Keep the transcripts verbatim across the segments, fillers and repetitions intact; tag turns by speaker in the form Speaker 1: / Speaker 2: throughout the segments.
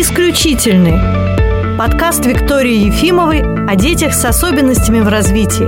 Speaker 1: Исключительный. Подкаст Виктории Ефимовой о детях с особенностями в развитии.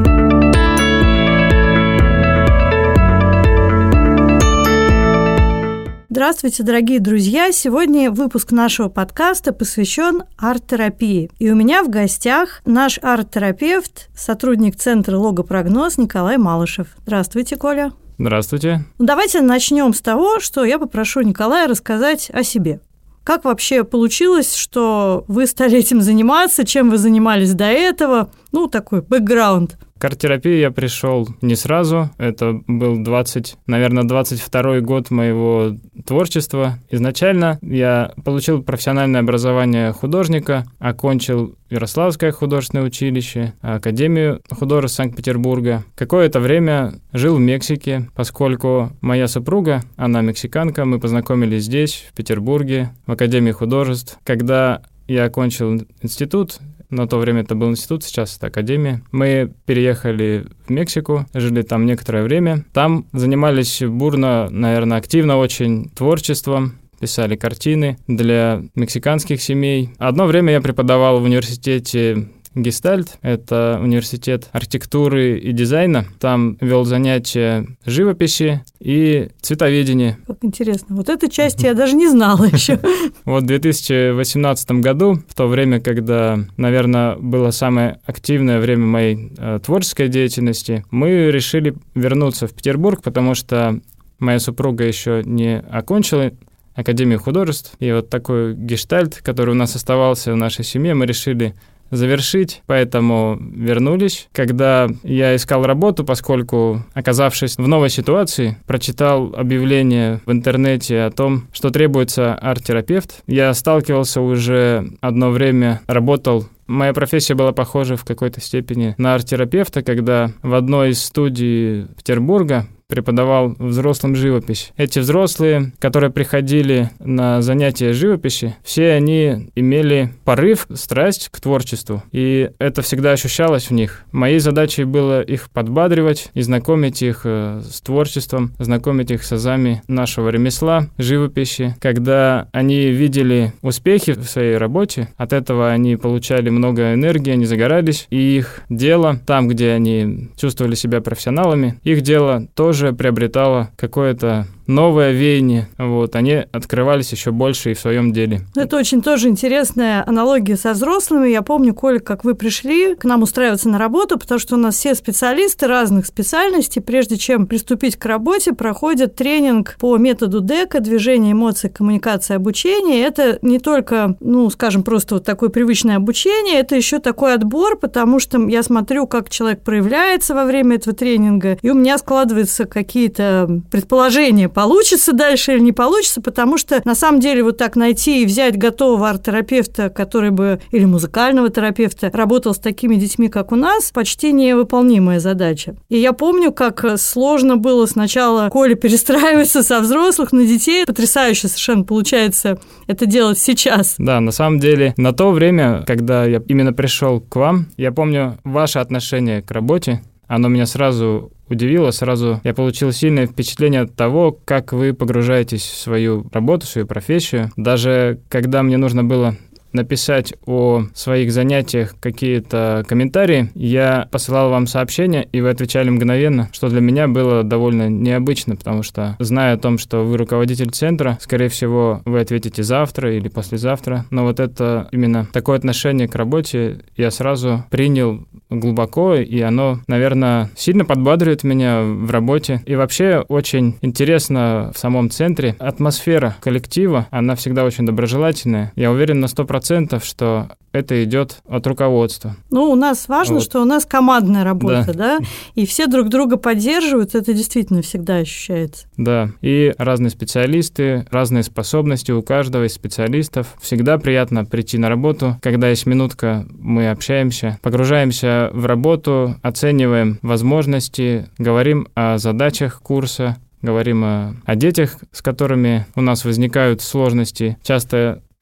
Speaker 1: Здравствуйте, дорогие друзья! Сегодня выпуск нашего подкаста посвящен арт-терапии. И у меня в гостях наш арт-терапевт, сотрудник Центра «Логопрогноз» Николай Малышев. Здравствуйте, Коля!
Speaker 2: Здравствуйте!
Speaker 1: Ну, давайте начнем с того, что я попрошу Николая рассказать о себе. Как вообще получилось, что вы стали этим заниматься, чем вы занимались до этого? Ну, такой бэкграунд.
Speaker 2: К арт-терапии я пришел не сразу. Это был двадцать, наверное, двадцать второй год моего творчества. Изначально я получил профессиональное образование художника, окончил Ярославское художественное училище, Академию художеств Санкт-Петербурга. Какое-то время жил в Мексике, поскольку моя супруга, она мексиканка, мы познакомились здесь, в Петербурге, в Академии художеств. Когда я окончил институт, на то время это был институт, сейчас это академия. Мы переехали в Мексику, жили там некоторое время. Там занимались бурно, наверное, активно очень творчеством, писали картины для мексиканских семей. Одно время я преподавал в университете Гестальт, это университет архитектуры и дизайна. Там вел занятия живописи и цветоведения.
Speaker 1: Как интересно. Вот эту часть я даже не знала еще.
Speaker 2: Вот в две тысячи восемнадцатом году, в то время, когда, наверное, было самое активное время моей э, творческой деятельности, мы решили вернуться в Петербург, потому что моя супруга еще не окончила Академию художеств. И вот такой гештальт, который у нас оставался в нашей семье, мы решили завершить, поэтому вернулись. Когда я искал работу, поскольку, оказавшись в новой ситуации, прочитал объявление в интернете о том, что требуется арт-терапевт. Я сталкивался уже одно время, работал. Моя профессия была похожа в какой-то степени на арт-терапевта, когда в одной из студий Петербурга преподавал взрослым живопись. Эти взрослые, которые приходили на занятия живописи, все они имели порыв, страсть к творчеству, и это всегда ощущалось в них. Моей задачей было их подбадривать и знакомить их э, с творчеством, знакомить их с азами нашего ремесла, живописи. Когда они видели успехи в своей работе, от этого они получали много энергии, они загорались, и их дело, там, где они чувствовали себя профессионалами, их дело тоже приобретало какое-то новое веяние. Вот, они открывались еще больше и в своем деле.
Speaker 1: Это очень тоже интересная аналогия со взрослыми. Я помню, Коля, как вы пришли к нам устраиваться на работу, потому что у нас все специалисты разных специальностей, прежде чем приступить к работе, проходят тренинг по методу ДЭКа, движение, эмоции, коммуникация, обучение. Это не только, ну, скажем, просто вот такое привычное обучение, это еще такой отбор, потому что я смотрю, как человек проявляется во время этого тренинга, и у меня складываются какие-то предположения, получится дальше или не получится, потому что на самом деле вот так найти и взять готового арт-терапевта, который бы, или музыкального терапевта, работал с такими детьми, как у нас, почти невыполнимая задача. И я помню, как сложно было сначала Коле перестраиваться со взрослых на детей. Потрясающе совершенно получается это делать сейчас.
Speaker 2: Да, на самом деле, на то время, когда я именно пришел к вам, я помню ваше отношение к работе. Оно меня сразу удивило, сразу я получил сильное впечатление от того, как вы погружаетесь в свою работу, в свою профессию. Даже когда мне нужно было написать о своих занятиях какие-то комментарии, я посылал вам сообщения, и вы отвечали мгновенно, что для меня было довольно необычно, потому что, зная о том, что вы руководитель центра, скорее всего, вы ответите завтра или послезавтра, но вот это именно такое отношение к работе я сразу принял глубоко, и оно, наверное, сильно подбадривает меня в работе. И вообще очень интересно в самом центре атмосфера коллектива, она всегда очень доброжелательная. Я уверен на сто процентов, что это идет от руководства.
Speaker 1: Ну, у нас важно, вот. Что у нас командная работа, да. да, и все друг друга поддерживают, это действительно всегда ощущается.
Speaker 2: Да, и разные специалисты, разные способности у каждого из специалистов. Всегда приятно прийти на работу, когда есть минутка, мы общаемся, погружаемся в работу, оцениваем возможности, говорим о задачах курса, говорим о, о детях, с которыми у нас возникают сложности. Часто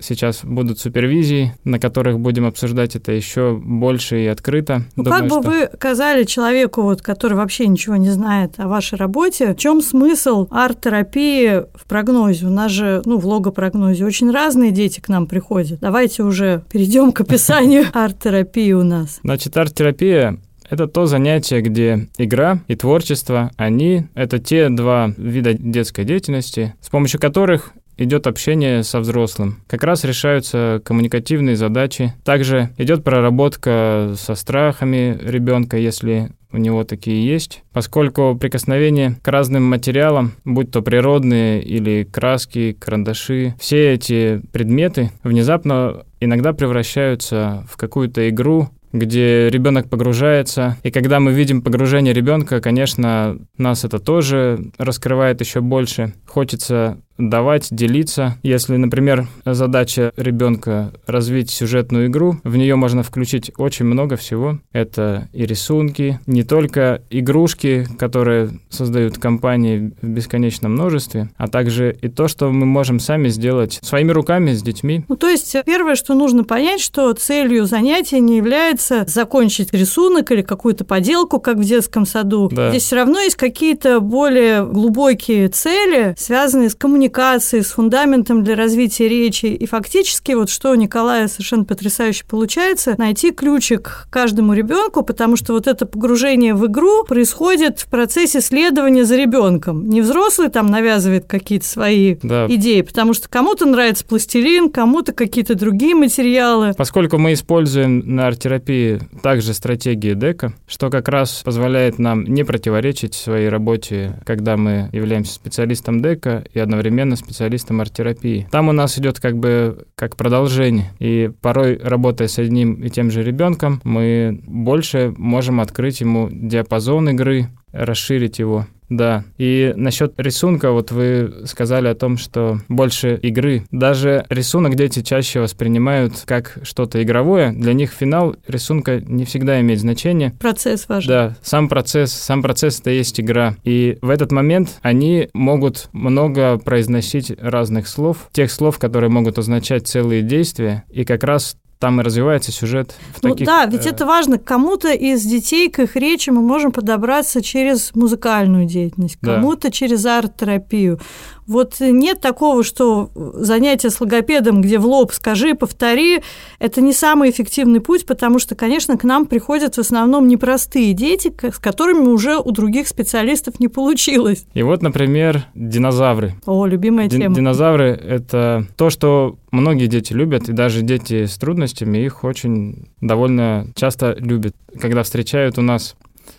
Speaker 2: сейчас будут супервизии, на которых будем обсуждать это еще больше и открыто.
Speaker 1: Ну,
Speaker 2: Думаю,
Speaker 1: как бы
Speaker 2: что...
Speaker 1: вы сказали человеку, вот, который вообще ничего не знает о вашей работе, в чем смысл арт-терапии в прогнозе? У нас же, ну, в логопрогнозе очень разные дети к нам приходят. Давайте уже перейдем к описанию арт-терапии у нас.
Speaker 2: Значит, арт-терапия — это то занятие, где игра и творчество, они — это те два вида детской деятельности, с помощью которых идет общение со взрослым. Как раз решаются коммуникативные задачи. Также идет проработка со страхами ребенка, если у него такие есть, поскольку прикосновение к разным материалам, будь то природные или краски, карандаши, все эти предметы внезапно иногда превращаются в какую-то игру, где ребенок погружается. И когда мы видим погружение ребенка, конечно, нас это тоже раскрывает еще больше. Хочется давать, делиться. Если, например, задача ребенка развить сюжетную игру, в нее можно включить очень много всего. Это и рисунки, не только игрушки, которые создают компании в бесконечном множестве, а также и то, что мы можем сами сделать своими руками с детьми.
Speaker 1: Ну, то есть первое, что нужно понять, что целью занятия не является закончить рисунок или какую-то поделку, как в детском саду.
Speaker 2: Да.
Speaker 1: Здесь все равно есть какие-то более глубокие цели, связанные с коммуникацией, с фундаментом для развития речи. И фактически, вот что у Николая совершенно потрясающе получается, найти ключик каждому ребенку, потому что вот это погружение в игру происходит в процессе следования за ребенком. Не взрослый там навязывает какие-то свои
Speaker 2: Да.
Speaker 1: идеи, потому что кому-то нравится пластилин, кому-то какие-то другие материалы.
Speaker 2: Поскольку мы используем на арт-терапии также стратегии ДЭКа, что как раз позволяет нам не противоречить своей работе, когда мы являемся специалистом ДЭКа и одновременно специалистом арт-терапии. Там у нас идет как бы как продолжение. И порой, работая с одним и тем же ребенком, мы больше можем открыть ему диапазон игры, расширить его. Да, и насчет рисунка, вот вы сказали о том, что больше игры. Даже рисунок дети чаще воспринимают как что-то игровое. Для них финал рисунка не всегда имеет значение.
Speaker 1: Процесс важен.
Speaker 2: Да, сам процесс, сам процесс — это есть игра. И в этот момент они могут много произносить разных слов, тех слов, которые могут означать целые действия, и как раз там и развивается сюжет. В
Speaker 1: ну
Speaker 2: таких,
Speaker 1: да, ведь
Speaker 2: э...
Speaker 1: это важно. К кому-то из детей, к их речи мы можем подобраться через музыкальную деятельность,
Speaker 2: Да.
Speaker 1: кому-то через арт-терапию. Вот нет такого, что занятие с логопедом, где в лоб скажи, повтори, это не самый эффективный путь, потому что, конечно, к нам приходят в основном непростые дети, с которыми уже у других специалистов не получилось.
Speaker 2: И вот, например, динозавры.
Speaker 1: О, любимая
Speaker 2: Дин-
Speaker 1: тема.
Speaker 2: Динозавры — это то, что многие дети любят, и даже дети с трудностями их очень довольно часто любят. Когда встречают у нас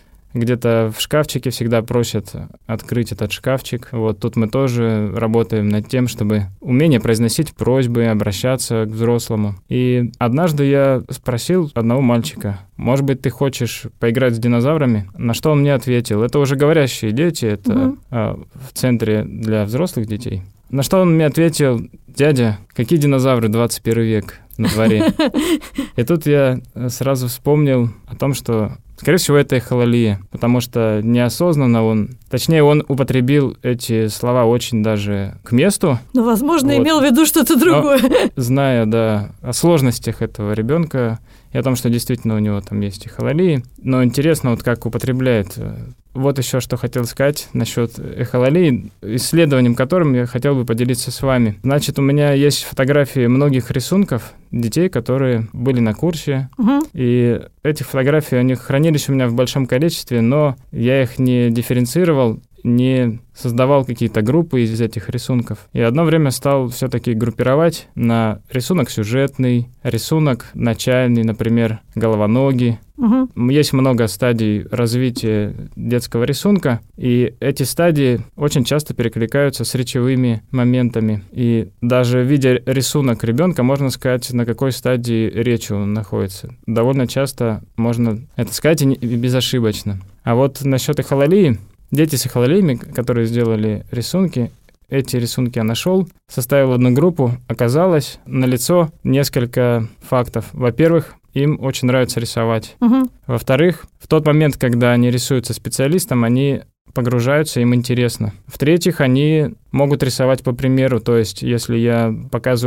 Speaker 2: где-то в шкафчике, всегда просят открыть этот шкафчик. Вот тут мы тоже работаем над тем, чтобы умение произносить просьбы, обращаться к взрослому. И однажды я спросил одного мальчика: может быть, ты хочешь поиграть с динозаврами? На что он мне ответил: это уже говорящие дети, это угу. а, в центре для взрослых детей. На что он мне ответил: дядя, какие динозавры, двадцать первый век на дворе? И тут я сразу вспомнил о том, что, скорее всего, это эхололия, потому что неосознанно он, точнее, он употребил эти слова очень даже к месту.
Speaker 1: Ну, возможно,
Speaker 2: вот.
Speaker 1: Имел в виду что-то другое.
Speaker 2: Но, зная, да, о сложностях этого ребенка и о том, что действительно у него там есть эхололия, но интересно, вот как употребляет. Вот еще что хотел сказать насчет эхололии, исследованием которым я хотел бы поделиться с вами. Значит, у меня есть фотографии многих рисунков детей, которые были на курсе, угу. и эти фотографии, они хранились у меня в большом количестве, но я их не дифференцировал, не создавал какие-то группы из этих рисунков. И одно время стал все-таки группировать на рисунок сюжетный, рисунок начальный, например, головоногий. Угу. Есть много стадий развития детского рисунка, и эти стадии очень часто перекликаются с речевыми моментами. И даже видя рисунок ребенка, можно сказать, на какой стадии речи он находится. Довольно часто можно это сказать и безошибочно. А вот насчет эхололии, дети с эхололиями, которые сделали рисунки, эти рисунки я нашел, составил одну группу. Оказалось, налицо несколько фактов. Во-первых, им очень нравится рисовать. Угу. Во-вторых, в тот момент, когда они рисуют со специалистом, они погружаются, им интересно. В-третьих, они могут рисовать по примеру. То есть, если я показываю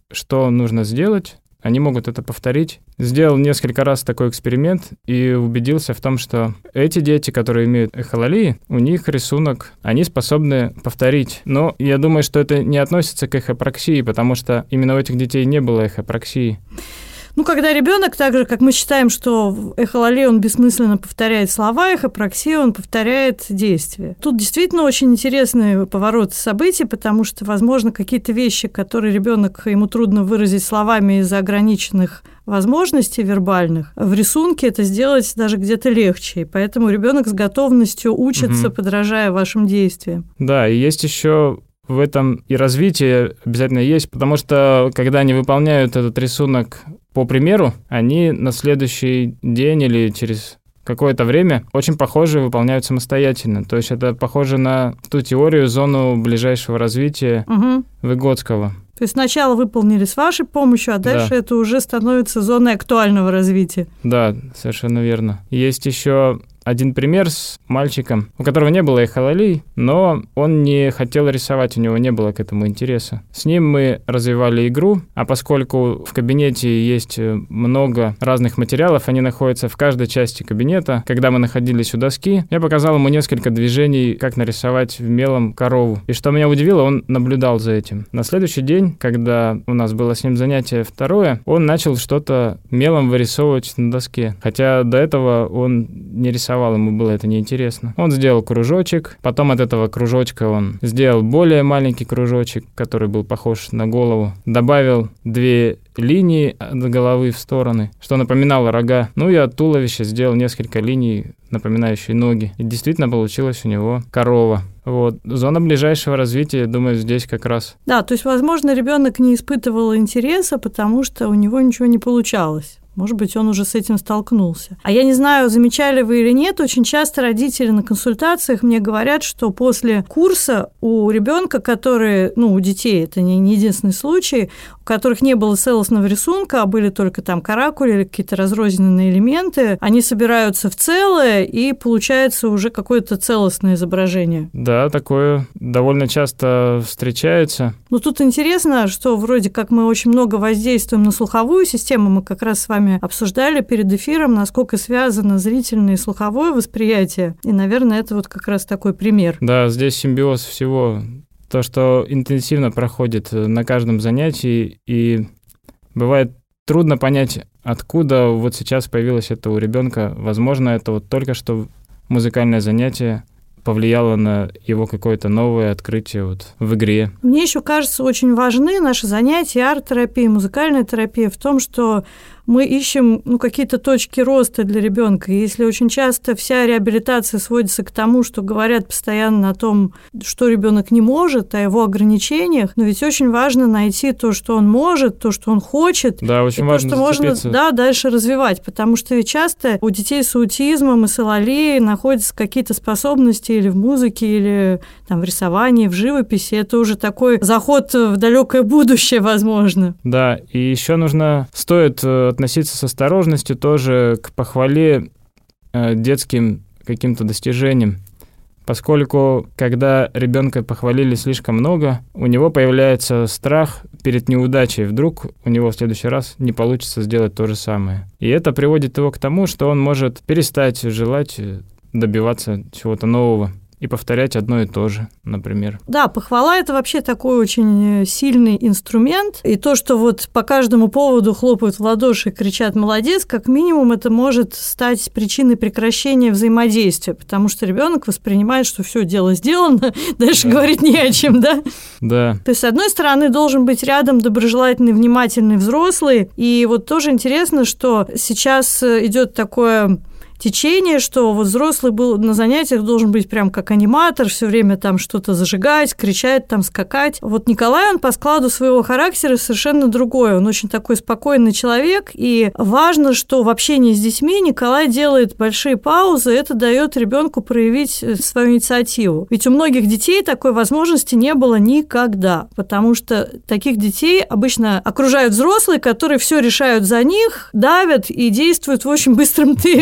Speaker 2: что нужно сделать, они могут это повторить. Сделал несколько раз такой эксперимент и убедился в том, что эти дети, которые имеют эхололии, у них рисунок, они способны повторить. Но я думаю, что это не относится к эхопраксии, потому что именно у этих детей не было эхопраксии.
Speaker 1: Ну, когда ребенок, так же, как мы считаем, что в эхололии он бессмысленно повторяет слова, эхопраксия он повторяет действия. Тут действительно очень интересный поворот событий, потому что, возможно, какие-то вещи, которые ребенок ему трудно выразить словами из-за ограниченных возможностей вербальных, в рисунке это сделать даже где-то легче. И поэтому ребенок с готовностью учится, угу. подражая вашим действиям.
Speaker 2: Да, и есть еще в этом и развитие обязательно есть, потому что когда они выполняют этот рисунок по примеру, они на следующий день или через какое-то время очень похоже выполняют самостоятельно. То есть это похоже на ту теорию, зону ближайшего развития угу. Выгодского.
Speaker 1: То есть сначала выполнили с вашей помощью, а дальше да. это уже становится зоной актуального развития.
Speaker 2: Да, совершенно верно. Есть еще один пример с мальчиком, у которого не было эхололий, но он не хотел рисовать, у него не было к этому интереса. С ним мы развивали игру, а поскольку в кабинете есть много разных материалов, они находятся в каждой части кабинета, когда мы находились у доски, я показал ему несколько движений, как нарисовать в мелом корову. И что меня удивило, он наблюдал за этим. На следующий день, когда у нас было с ним занятие второе, он начал что-то мелом вырисовывать на доске, хотя до этого он не рисовал. Ему было это неинтересно. Он сделал кружочек, потом от этого кружочка он сделал более маленький кружочек, который был похож на голову, добавил две линии от головы в стороны, что напоминало рога. Ну и от туловища сделал несколько линий, напоминающие ноги. И действительно получилась у него корова. Вот. Зона ближайшего развития, думаю, здесь как раз.
Speaker 1: Да, то есть, возможно, ребенок не испытывал интереса, потому что у него ничего не получалось. Может быть, он уже с этим столкнулся. А я не знаю, замечали вы или нет, очень часто родители на консультациях мне говорят, что после курса у ребенка, который, ну, у детей, это не единственный случай, у которых не было целостного рисунка, а были только там каракули или какие-то разрозненные элементы, они собираются в целое, и получается уже какое-то целостное изображение.
Speaker 2: Да, такое довольно часто встречается.
Speaker 1: Ну, тут интересно, что вроде как мы очень много воздействуем на слуховую систему, мы как раз с вами обсуждали перед эфиром, насколько связано зрительное и слуховое восприятие. И, наверное, это вот как раз такой пример.
Speaker 2: Да, здесь симбиоз всего. То, что интенсивно проходит на каждом занятии, и бывает трудно понять, откуда вот сейчас появилось это у ребенка. Возможно, это вот только что музыкальное занятие повлияло на его какое-то новое открытие вот в игре.
Speaker 1: Мне еще кажется, очень важны наши занятия, арт-терапия, музыкальная терапия в том, что мы ищем ну, какие-то точки роста для ребенка. Если очень часто вся реабилитация сводится к тому, что говорят постоянно о том, что ребенок не может, о его ограничениях, но ведь очень важно найти то, что он может, то, что он хочет,
Speaker 2: да, очень
Speaker 1: и
Speaker 2: важно
Speaker 1: то, что можно да, дальше развивать. Потому что ведь часто у детей с аутизмом и с эхололией находятся какие-то способности или в музыке, или там, в рисовании, в живописи. Это уже такой заход в далекое будущее, возможно.
Speaker 2: Да, и еще нужно, стоит относиться с осторожностью тоже к похвале э, детским каким-то достижениям, поскольку когда ребенка похвалили слишком много, у него появляется страх перед неудачей, вдруг у него в следующий раз не получится сделать то же самое. И это приводит его к тому, что он может перестать желать добиваться чего-то нового и повторять одно и то же, например.
Speaker 1: Да, похвала – это вообще такой очень сильный инструмент. И то, что вот по каждому поводу хлопают в ладоши и кричат «молодец», как минимум это может стать причиной прекращения взаимодействия, потому что ребенок воспринимает, что все дело сделано, дальше да. говорить не о чем, да?
Speaker 2: Да.
Speaker 1: То есть, с одной стороны, должен быть рядом доброжелательный, внимательный взрослый. И вот тоже интересно, что сейчас идет такое течение, что вот взрослый был на занятиях должен быть прям как аниматор, все время там что-то зажигать, кричать, там скакать. Вот Николай, он по складу своего характера совершенно другой. Он очень такой спокойный человек, и важно, что в общении с детьми Николай делает большие паузы, это дает ребенку проявить свою инициативу. Ведь у многих детей такой возможности не было никогда, потому что таких детей обычно окружают взрослые, которые все решают за них, давят и действуют в очень быстром темпе.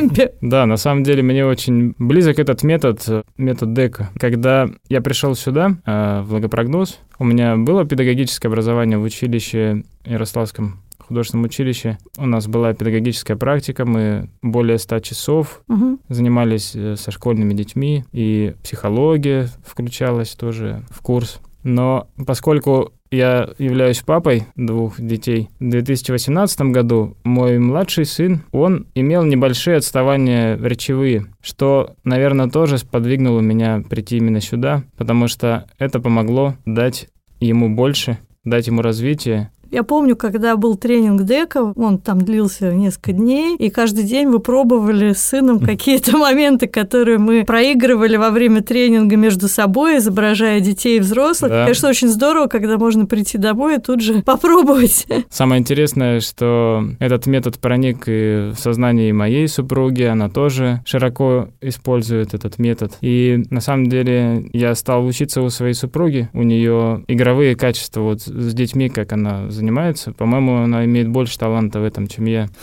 Speaker 2: Да, на самом деле мне очень близок этот метод, метод ДЭКа. Когда я пришел сюда, в логопрогноз, у меня было педагогическое образование в училище, Ярославском художественном училище. У нас была педагогическая практика, мы более ста часов угу. занимались со школьными детьми, и психология включалась тоже в курс. Но поскольку я являюсь папой двух детей, в две тысячи восемнадцатом году мой младший сын, он имел небольшие отставания речевые, что, наверное, тоже сподвигнуло меня прийти именно сюда, потому что это помогло дать ему больше, дать ему развитие.
Speaker 1: Я помню, когда был тренинг ДЭКа, он там длился несколько дней, и каждый день вы пробовали с сыном какие-то моменты, которые мы проигрывали во время тренинга между собой, изображая детей и взрослых. Да. Конечно, очень здорово, когда можно прийти домой и тут же попробовать.
Speaker 2: Самое интересное, что этот метод проник и в сознание моей супруги, она тоже широко использует этот метод. И на самом деле я стал учиться у своей супруги, у нее игровые качества вот с детьми, как она занимается. занимается. По-моему, она имеет больше таланта в этом, чем я.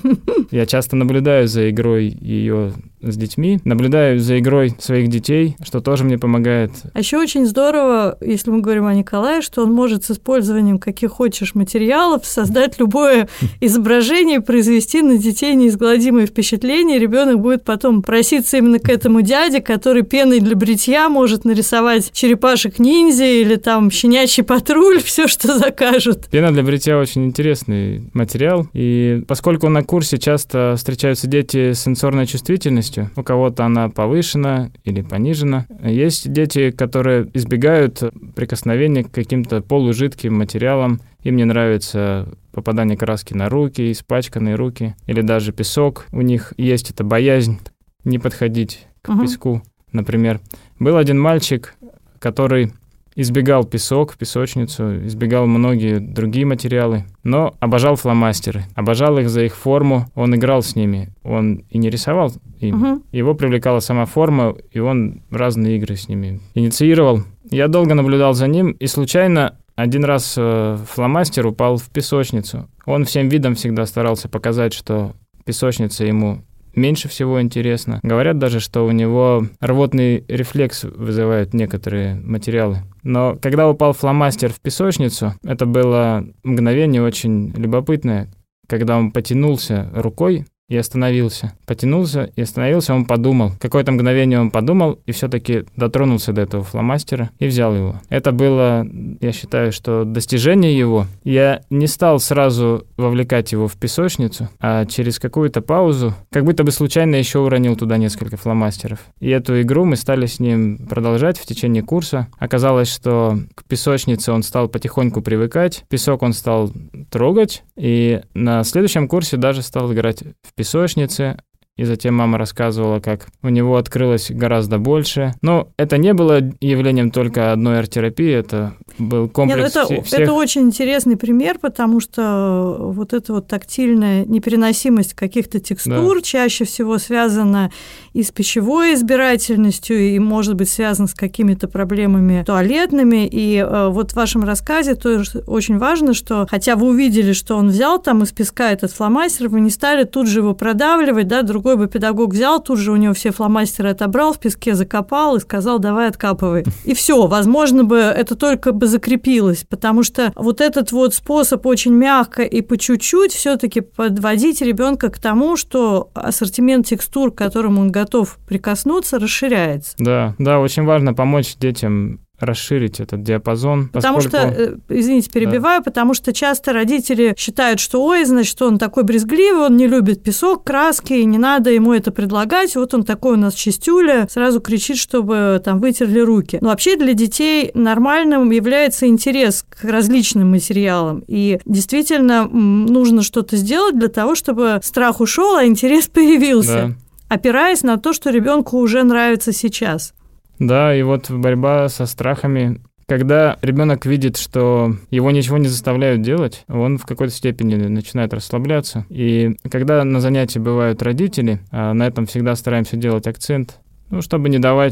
Speaker 2: Я часто наблюдаю за игрой ее с детьми, наблюдаю за игрой своих детей, что тоже мне помогает.
Speaker 1: А еще очень здорово, если мы говорим о Николае, что он может с использованием каких хочешь материалов создать любое изображение, произвести на детей неизгладимое впечатление. Ребенок будет потом проситься именно к этому дяде, который пеной для бритья может нарисовать черепашек-ниндзя или там щенячий патруль, все, что закажут.
Speaker 2: Пена для бритья очень интересный материал, и поскольку на курсе часто встречаются дети с сенсорной чувствительностью, у кого-то она повышена или понижена. Есть дети, которые избегают прикосновения к каким-то полужидким материалам. Им не нравится попадание краски на руки, испачканные руки, или даже песок. У них есть эта боязнь не подходить к uh-huh. песку, например. Был один мальчик, который избегал песок, песочницу, избегал многие другие материалы, но обожал фломастеры, обожал их за их форму, он играл с ними, он и не рисовал им. Uh-huh. Его привлекала сама форма, и он разные игры с ними инициировал. Я долго наблюдал за ним, и случайно один раз э, фломастер упал в песочницу. Он всем видом всегда старался показать, что песочница ему меньше всего интересно. Говорят даже, что у него рвотный рефлекс вызывают некоторые материалы. Но когда упал фломастер в песочницу, это было мгновение очень любопытное, когда он потянулся рукой и остановился. Потянулся и остановился, он подумал. Какое-то мгновение он подумал и все-таки дотронулся до этого фломастера и взял его. Это было, я считаю, что достижение его. Я не стал сразу вовлекать его в песочницу, а через какую-то паузу, как будто бы случайно еще уронил туда несколько фломастеров. И эту игру мы стали с ним продолжать в течение курса. Оказалось, что к песочнице он стал потихоньку привыкать, песок он стал трогать, и на следующем курсе даже стал играть в песочнице, и затем мама рассказывала, как у него открылось гораздо больше. Но это не было явлением только одной арт-терапии, это был комплекс.
Speaker 1: Нет, это,
Speaker 2: всех...
Speaker 1: это очень интересный пример, потому что вот эта вот тактильная непереносимость каких-то текстур да. чаще всего связана и с пищевой избирательностью, и может быть связана с какими-то проблемами туалетными. И э, вот в вашем рассказе тоже очень важно, что хотя вы увидели, что он взял там из песка этот фломастер, вы не стали тут же его продавливать, да, друг Другой бы педагог взял, тут же у него все фломастеры отобрал, в песке закопал и сказал, давай откапывай. И все, возможно бы это только бы закрепилось, потому что вот этот вот способ очень мягко и по чуть-чуть все-таки подводить ребенка к тому, что ассортимент текстур, к которым он готов прикоснуться, расширяется.
Speaker 2: Да, да, очень важно помочь детям расширить этот диапазон.
Speaker 1: Потому поскольку... что, извините, перебиваю, да. потому что часто родители считают, что, ой, значит, он такой брезгливый, он не любит песок, краски, и не надо ему это предлагать, вот он такой у нас чистюля, сразу кричит, чтобы там вытерли руки. Но вообще для детей нормальным является интерес к различным материалам, и действительно нужно что-то сделать для того, чтобы страх ушел, а интерес появился, да. опираясь на то, что ребенку уже нравится сейчас.
Speaker 2: Да, и вот борьба со страхами. Когда ребенок видит, что его ничего не заставляют делать, он в какой-то степени начинает расслабляться. И когда на занятии бывают родители, на этом всегда стараемся делать акцент, ну, чтобы не давать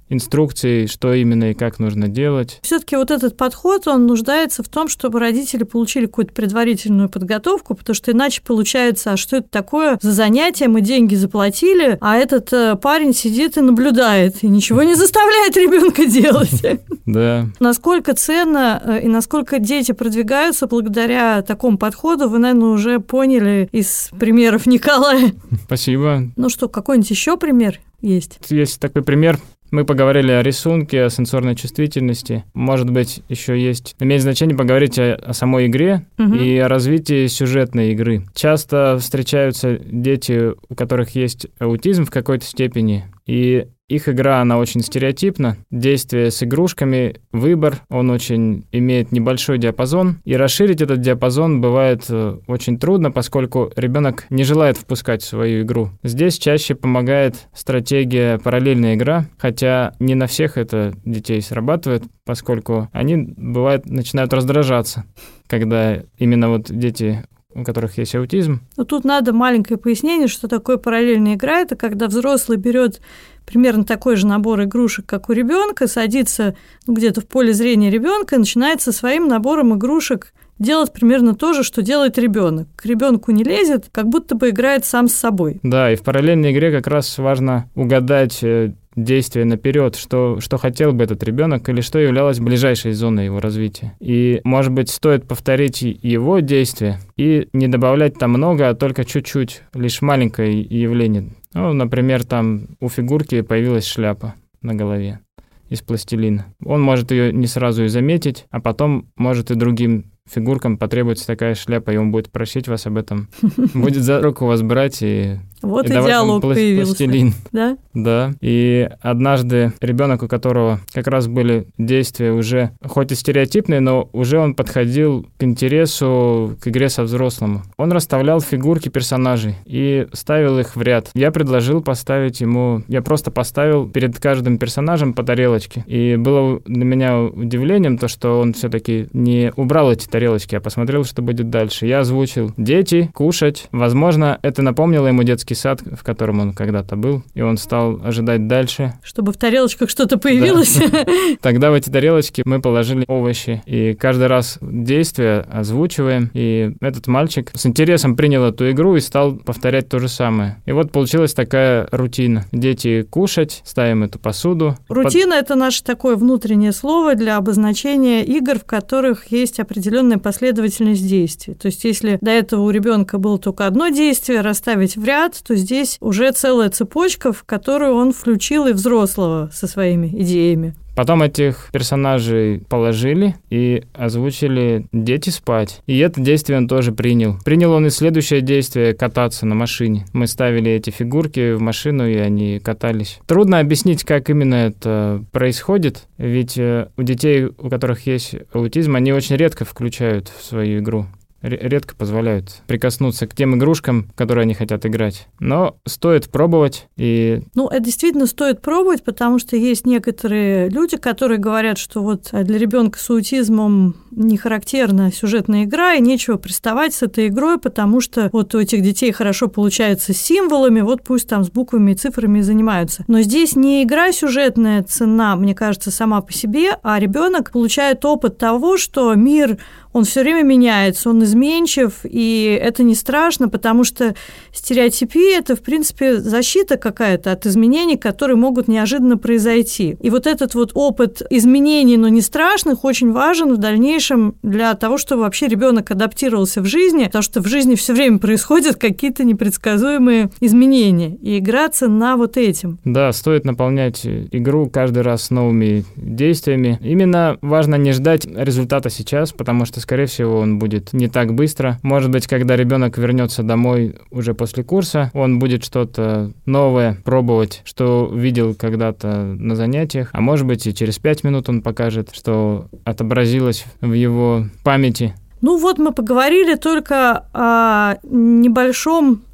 Speaker 2: инструкций, что именно и как нужно делать.
Speaker 1: Все-таки вот этот подход, он нуждается в том, чтобы родители получили какую-то предварительную подготовку, потому что иначе получается, а что это такое за занятие, мы деньги заплатили, а этот э, парень сидит и наблюдает, и ничего не заставляет ребенка делать.
Speaker 2: Да.
Speaker 1: Насколько ценно э, и насколько дети продвигаются благодаря такому подходу, вы, наверное, уже поняли из примеров Николая.
Speaker 2: Спасибо.
Speaker 1: Ну что, какой-нибудь еще пример есть?
Speaker 2: Есть такой пример. Мы поговорили о рисунке, о сенсорной чувствительности. Может быть, еще есть... Имеет значение поговорить о, о самой игре угу. и о развитии сюжетной игры. Часто встречаются дети, у которых есть аутизм в какой-то степени, и их игра, она очень стереотипна. Действие с игрушками, выбор, он очень имеет небольшой диапазон. И расширить этот диапазон бывает очень трудно, поскольку ребенок не желает впускать в свою игру. Здесь чаще помогает стратегия параллельная игра, хотя не на всех это детей срабатывает, поскольку они, бывает, начинают раздражаться, когда именно вот дети, у которых есть аутизм.
Speaker 1: Но тут надо маленькое пояснение, что такое параллельная игра. Это когда взрослый берет примерно такой же набор игрушек, как у ребенка, садится где-то в поле зрения ребенка и начинает со своим набором игрушек делать примерно то же, что делает ребенок. К ребенку не лезет, как будто бы играет сам с собой.
Speaker 2: Да, и в параллельной игре как раз важно угадать действие наперед, что, что хотел бы этот ребенок или что являлось ближайшей зоной его развития. И, может быть, стоит повторить его действия и не добавлять там много, а только чуть-чуть, лишь маленькое явление. Ну, например, там у фигурки появилась шляпа на голове из пластилина. Он может ее не сразу и заметить, а потом может и другим фигуркам потребуется такая шляпа, и он будет просить вас об этом. Будет за руку вас брать и...
Speaker 1: Вот
Speaker 2: и
Speaker 1: и диалог
Speaker 2: пла-
Speaker 1: появился.
Speaker 2: Пластилин.
Speaker 1: Да?
Speaker 2: Да. И однажды ребенок, у которого как раз были действия уже, хоть и стереотипные, но уже он подходил к интересу, к игре со взрослым. Он расставлял фигурки персонажей и ставил их в ряд. Я предложил поставить ему... Я просто поставил перед каждым персонажем по тарелочке. И было для меня удивлением то, что он все-таки не убрал эти тарелочки, а посмотрел, что будет дальше. Я озвучил: дети, кушать. Возможно, это напомнило ему детский сад, в котором он когда-то был, и он стал ожидать дальше.
Speaker 1: Чтобы в тарелочках что-то появилось.
Speaker 2: Да. Тогда в эти тарелочки мы положили овощи, и каждый раз действие озвучиваем, и этот мальчик с интересом принял эту игру и стал повторять то же самое. И вот получилась такая рутина. Дети кушать, ставим эту посуду.
Speaker 1: Рутина Под... — это наше такое внутреннее слово для обозначения игр, в которых есть определенная последовательность действий. То есть если до этого у ребенка было только одно действие — расставить в ряд, то здесь уже целая цепочка, в которую он включил и взрослого со своими идеями.
Speaker 2: Потом этих персонажей положили и озвучили «дети спать». И это действие он тоже принял. Принял он и следующее действие — кататься на машине. Мы ставили эти фигурки в машину, и они катались. Трудно объяснить, как именно это происходит, ведь у детей, у которых есть аутизм, они очень редко включают в свою игру. Редко позволяют прикоснуться к тем игрушкам, которые они хотят играть. Но стоит пробовать и...
Speaker 1: Ну, это действительно стоит пробовать, потому что есть некоторые люди, которые говорят, что вот для ребенка с аутизмом не характерна сюжетная игра, и нечего приставать с этой игрой, потому что вот у этих детей хорошо получается с символами, вот пусть там с буквами и цифрами занимаются. Но здесь не игра сюжетная цена, мне кажется, сама по себе, а ребенок получает опыт того, что мир, он все время меняется, он изменчив, и это не страшно, потому что стереотипия – это, в принципе, защита какая-то от изменений, которые могут неожиданно произойти. И вот этот вот опыт изменений, но не страшных, очень важен в дальнейшем для того, чтобы вообще ребенок адаптировался в жизни, потому что в жизни все время происходят какие-то непредсказуемые изменения, и играться на вот этим.
Speaker 2: Да, стоит наполнять игру каждый раз новыми действиями. Именно важно не ждать результата сейчас, потому что, скорее всего, он будет не так быстро. Может быть, когда ребенок вернется домой уже после курса, он будет что-то новое пробовать, что видел когда-то на занятиях, а может быть, и через пять минут он покажет, что отобразилось в его памяти.
Speaker 1: Ну вот мы поговорили только о небольшом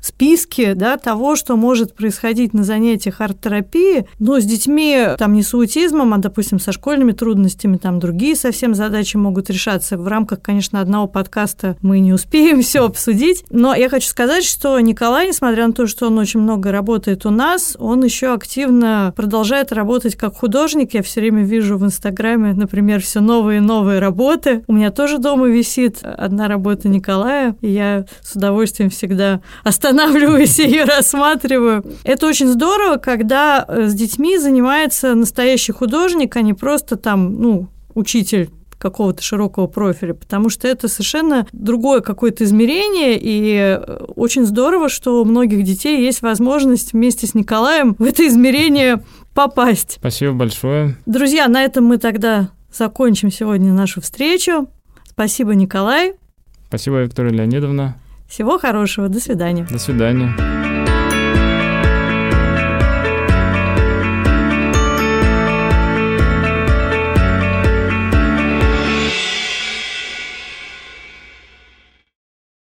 Speaker 1: списке, да, того, что может происходить на занятиях арт-терапии. Но с детьми, там, не с аутизмом, а, допустим, со школьными трудностями, там, другие совсем задачи могут решаться. В рамках, конечно, одного подкаста мы не успеем все обсудить. Но я хочу сказать, что Николай, несмотря на то, что он очень много работает у нас, он еще активно продолжает работать как художник. Я все время вижу в Инстаграме, например, все новые и новые работы. У меня тоже дома висит одна работа Николая, и я с удовольствием всегда останавливаюсь и ее рассматриваю. Это очень здорово, когда с детьми занимается настоящий художник, а не просто там, ну, учитель какого-то широкого профиля, потому что это совершенно другое какое-то измерение, и очень здорово, что у многих детей есть возможность вместе с Николаем в это измерение попасть.
Speaker 2: Спасибо большое.
Speaker 1: Друзья, на этом мы тогда закончим сегодня нашу встречу. Спасибо, Николай.
Speaker 2: Спасибо, Виктория Леонидовна.
Speaker 1: Всего хорошего. До свидания.
Speaker 2: До свидания.